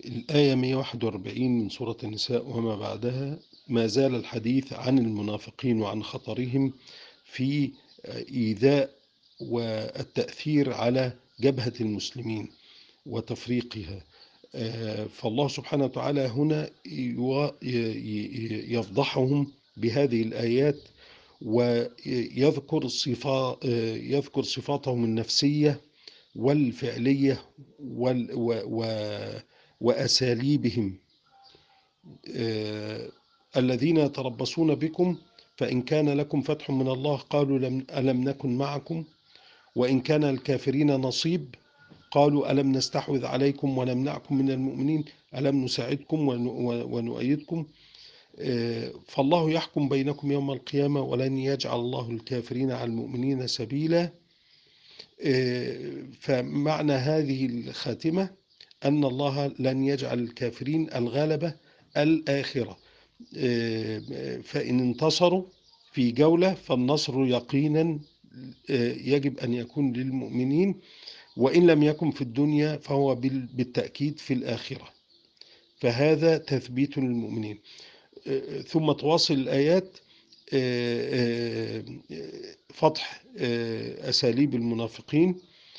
الآية 141 من سورة النساء وما بعدها. ما زال الحديث عن المنافقين وعن خطرهم في إيذاء والتأثير على جبهة المسلمين وتفريقها. فالله سبحانه وتعالى هنا يفضحهم بهذه الآيات، ويذكر يذكر صفاتهم النفسية والفعلية وأساليبهم. الذين يتربصون بكم فإن كان لكم فتح من الله قالوا ألم نكن معكم، وإن كان الكافرين نصيب قالوا ألم نستحوذ عليكم ونمنعكم من المؤمنين ألم نساعدكم ونؤيدكم. فالله يحكم بينكم يوم القيامة ولن يجعل الله الكافرين على المؤمنين سبيلا. فمعنى هذه الخاتمة أن الله لن يجعل الكافرين الغلبة الآخرة. فإن انتصروا في جولة فالنصر يقينا يجب أن يكون للمؤمنين، وإن لم يكن في الدنيا فهو بالتأكيد في الآخرة. فهذا تثبيت للمؤمنين. ثم تواصل الآيات فتح أساليب المنافقين،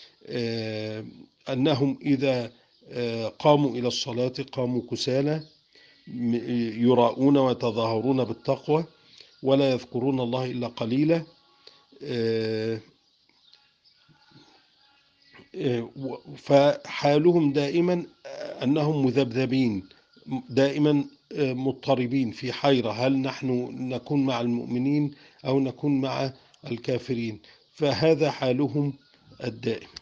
أنهم إذا قاموا إلى الصلاة قاموا كسالى يراءون ويتظاهرون بالتقوى ولا يذكرون الله إلا قليلا. فحالهم دائما أنهم مذبذبين، دائما مضطربين في حيرة، هل نحن نكون مع المؤمنين أو نكون مع الكافرين؟ فهذا حالهم الدائم.